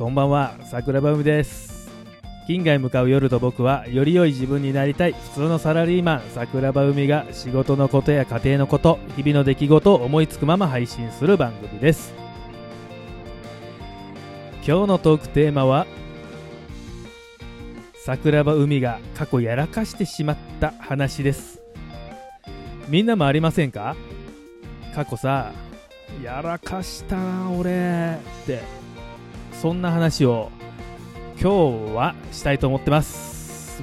こんばんは、桜庭海です。近外向かう夜と僕はより良い自分になりたい普通のサラリーマン桜庭海が仕事のことや家庭のこと、日々の出来事を思いつくまま配信する番組です。今日のトークテーマは、桜庭海が過去やらかしてしまった話です。みんなもありませんか？過去さ、やらかしたな俺って、そんな話を今日はしたいと思ってます。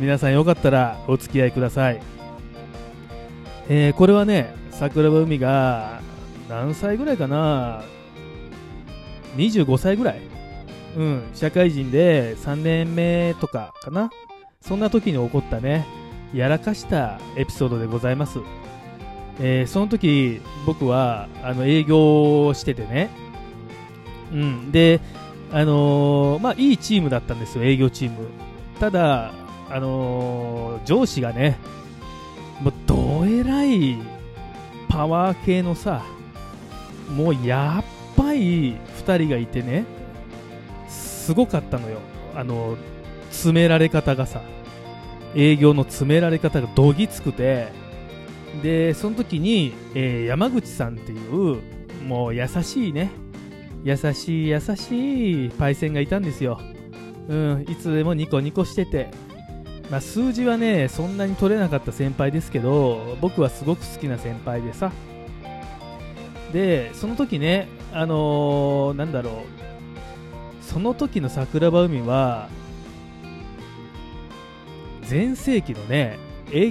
皆さんよかったらお付き合いください。これはね、桜庭海が何歳ぐらいかな、25歳ぐらい、社会人で3年目とかかな、そんな時に起こったね、やらかしたエピソードでございます。その時僕は営業をしててね、でいいチームだったんですよ、営業チーム。ただ上司がね、もうどえらいパワー系のさ、もうやっばい2人がいてね、すごかったのよ。詰められ方がさ、営業の詰められ方がどぎつくて、でその時に、山口さんっていうもう優しいね、優しいパイセンがいたんですよ。いつでもニコニコしてて、数字はねそんなに取れなかった先輩ですけど、僕はすごく好きな先輩でさ。でその時ね、なんだろう、その時の桜庭海は全盛期のね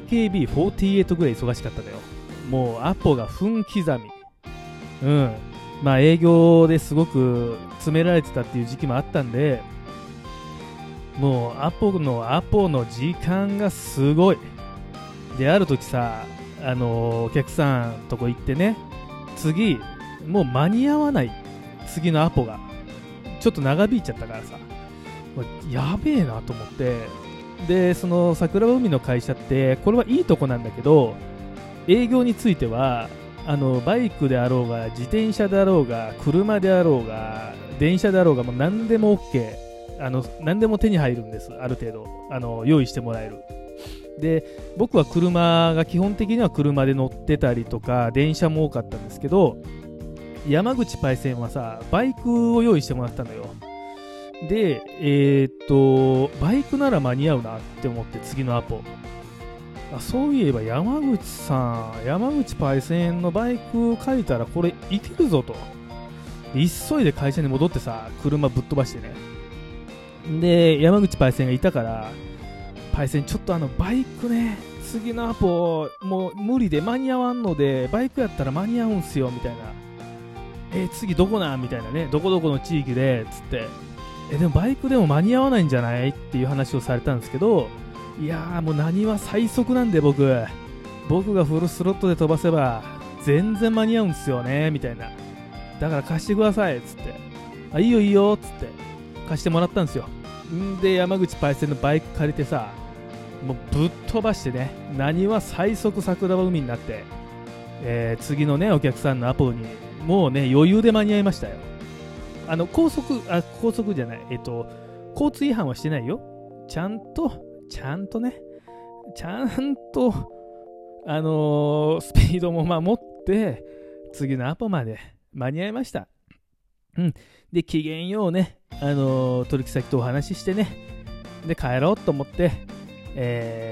AKB48 ぐらい忙しかったんだよ。もうアポが分刻み。営業ですごく詰められてたっていう時期もあったんで、もうアポの時間がすごい。である時さ、お客さんとこ行ってね、次もう間に合わない、次のアポがちょっと長引いちゃったからさ、やべえなと思って、でその桜庭海の会社ってこれはいいとこなんだけど、営業についてはバイクであろうが自転車であろうが車であろうが電車であろうが、もう何でも OK、何でも手に入るんです。ある程度用意してもらえる。で僕は車が基本的には車で乗ってたりとか電車も多かったんですけど、山口パイセンはさバイクを用意してもらったのよ。でバイクなら間に合うなって思って、次のアポ、そういえば山口パイセンのバイク借りたらこれいけるぞと、急いで会社に戻ってさ、車ぶっ飛ばしてね。で山口パイセンがいたから、パイセンちょっとバイクね、次のアポもう無理で間に合わんので、バイクやったら間に合うんすよみたいな。次どこなんみたいなね、どこどこの地域でつって、でもバイクでも間に合わないんじゃないっていう話をされたんですけど、いやーもう何は最速なんで、僕がフルスロットで飛ばせば全然間に合うんですよねみたいな。だから貸してくださいっつって、いいよいいよっつって貸してもらったんですよ。で山口パイセンのバイク借りてさ、もうぶっ飛ばしてね、何は最速桜庭海になって、次のねお客さんのアポにもうね余裕で間に合いましたよ。高速じゃない、交通違反はしてないよ。ちゃんとね、スピードも守って次のアポまで間に合いました。で機嫌ようね、取引先とお話ししてね、で帰ろうと思って、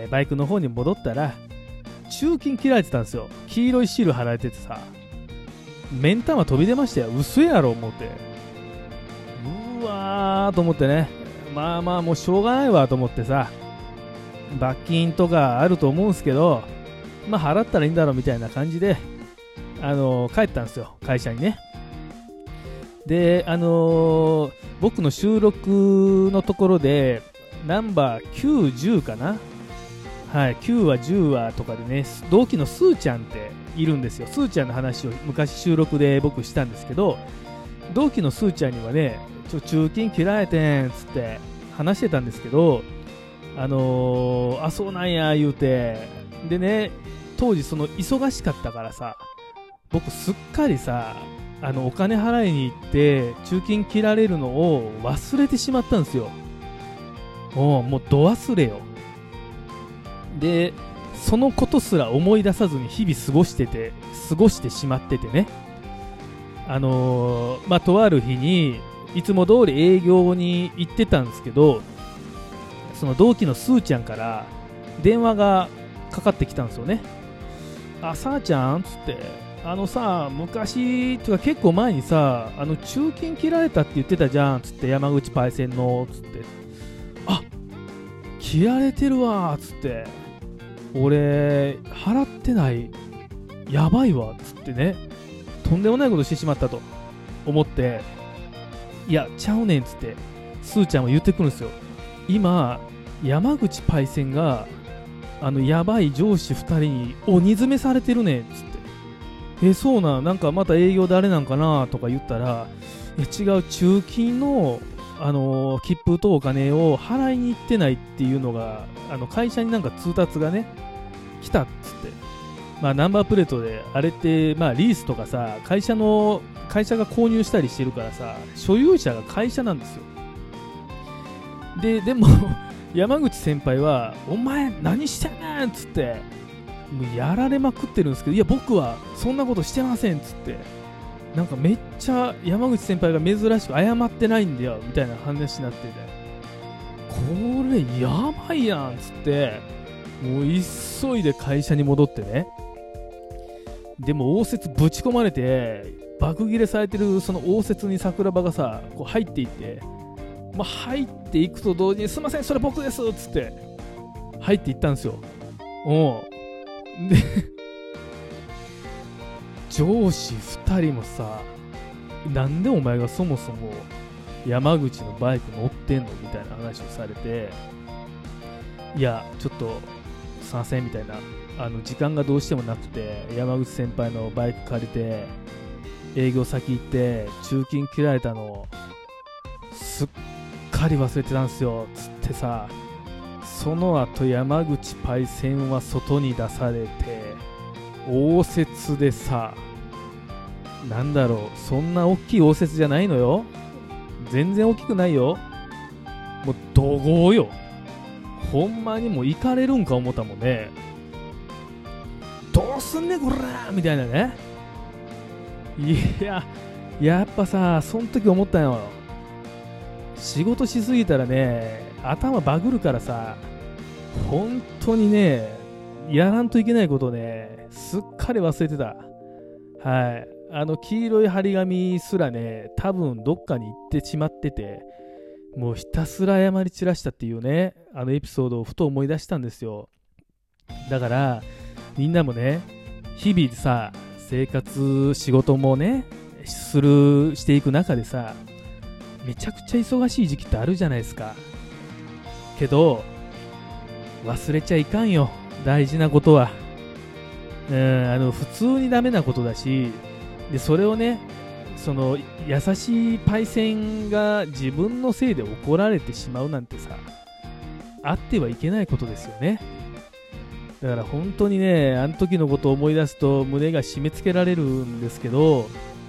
バイクの方に戻ったら駐金切られてたんですよ。黄色いシール貼られててさ、目ん玉飛び出ましたよ。嘘やろ思って、うわーと思ってね、もうしょうがないわと思ってさ、罰金とかあると思うんすけど、払ったらいいんだろうみたいな感じで帰ったんですよ、会社にね。で僕の収録のところでナンバー9、10かな、9話10話とかでね、同期のスーちゃんっているんですよ。スーちゃんの話を昔収録で僕したんですけど、同期のスーちゃんにはね、駐金切られてんつって話してたんですけど、そうなんや言うて、でね、当時その忙しかったからさ、僕すっかりさお金払いに行って中金切られるのを忘れてしまったんですよ。もうど忘れよ。でそのことすら思い出さずに日々過ごしてしまっててね、とある日にいつも通り営業に行ってたんですけど、その同期のスーちゃんから電話がかかってきたんですよね。さーちゃんっつって、昔とか結構前にさ、中金切られたって言ってたじゃんっつって、山口パイセンのつって、切られてるわっつって、俺払ってない、やばいわっつってね、とんでもないことしてしまったと思って、いやちゃうねんっつってスーちゃんも言ってくるんですよ。今山口パイセンがやばい上司2人に鬼詰めされてるねんっつって、そうなんかまた営業誰なんかなとか言ったら、違う、中金の切符とお金を払いに行ってないっていうのが会社になんか通達がね来たっつって、ナンバープレートであれって、リースとかさ、会社が購入したりしてるからさ、所有者が会社なんですよ。でも山口先輩はお前何してんねんっつってもうやられまくってるんですけど、いや僕はそんなことしてませんっつって、なんかめっちゃ山口先輩が珍しく謝ってないんだよみたいな話になってて、これやばいやんっつって、もう急いで会社に戻ってね、でも応接ぶち込まれて爆切れされてるその応接に桜庭がさこう入っていって、入っていくと同時にすいませんそれ僕ですっつって入っていったんですよ。で上司2人もさ、なんでお前がそもそも山口のバイク乗ってんのみたいな話をされて、いやちょっとすいませんみたいな、時間がどうしてもなくて山口先輩のバイク借りて営業先行って中金切られたのすっかり忘れてたんすよつってさ、その後山口パイセンは外に出されて応接でさ、なんだろう、そんな大きい応接じゃないのよ、全然大きくないよ、もう怒号よ、ほんまにもう行かれるんか思ったもんね。どうすんねんこらみたいなね。いややっぱさ、その時思ったよ、仕事しすぎたらね頭バグるからさ、本当にねやらんといけないことをねすっかり忘れてた。はい、黄色い張り紙すらね多分どっかに行ってしまってて、もうひたすら謝り散らしたっていうねエピソードをふと思い出したんですよ。だからみんなもね日々さ生活仕事もねしていく中でさ、めちゃくちゃ忙しい時期ってあるじゃないですか。けど忘れちゃいかんよ、大事なことは。普通にダメなことだし、でそれをねその優しいパイセンが自分のせいで怒られてしまうなんてさ、あってはいけないことですよね。だから本当にねあの時のことを思い出すと胸が締め付けられるんですけど、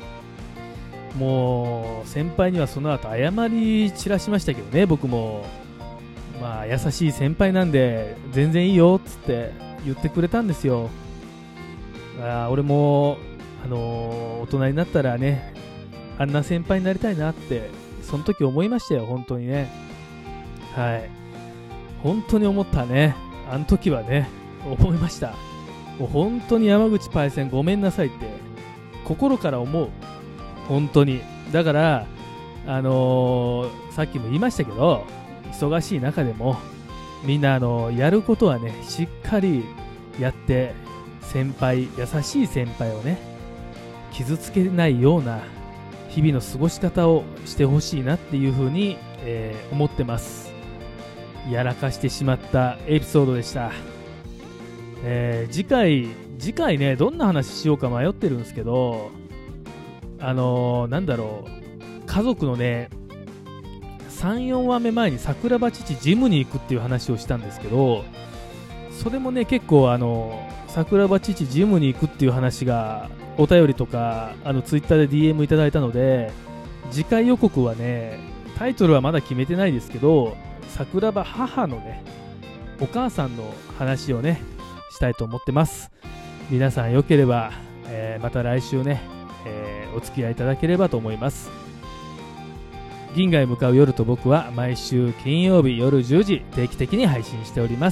もう先輩にはその後謝り散らしましたけどね。僕も優しい先輩なんで全然いいよっつって言ってくれたんですよ。俺も大人になったらねあんな先輩になりたいなってその時思いましたよ、本当にね。はい、本当に思ったね、あの時はね思いました。もう本当に山口パイセンごめんなさいって心から思う、本当に。だからさっきも言いましたけど、忙しい中でもみんなやることはねしっかりやって、優しい先輩をね傷つけないような日々の過ごし方をしてほしいなっていうふうに、思ってます。やらかしてしまったエピソードでした。次回ねどんな話しようか迷ってるんですけど、なんだろう、家族のね 3,4 話目前に桜庭父ジムに行くっていう話をしたんですけど、それもね結構桜庭父ジムに行くっていう話がお便りとかツイッターで DM いただいたので、次回予告はね、タイトルはまだ決めてないですけど、桜庭母のね、お母さんの話をねしたいと思ってます。皆さんよければ、また来週ね、お付き合いいただければと思います。銀河へ向かう夜と僕は毎週金曜日夜10時定期的に配信しております。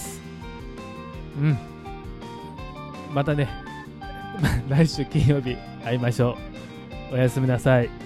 またね来週金曜日会いましょう。おやすみなさい。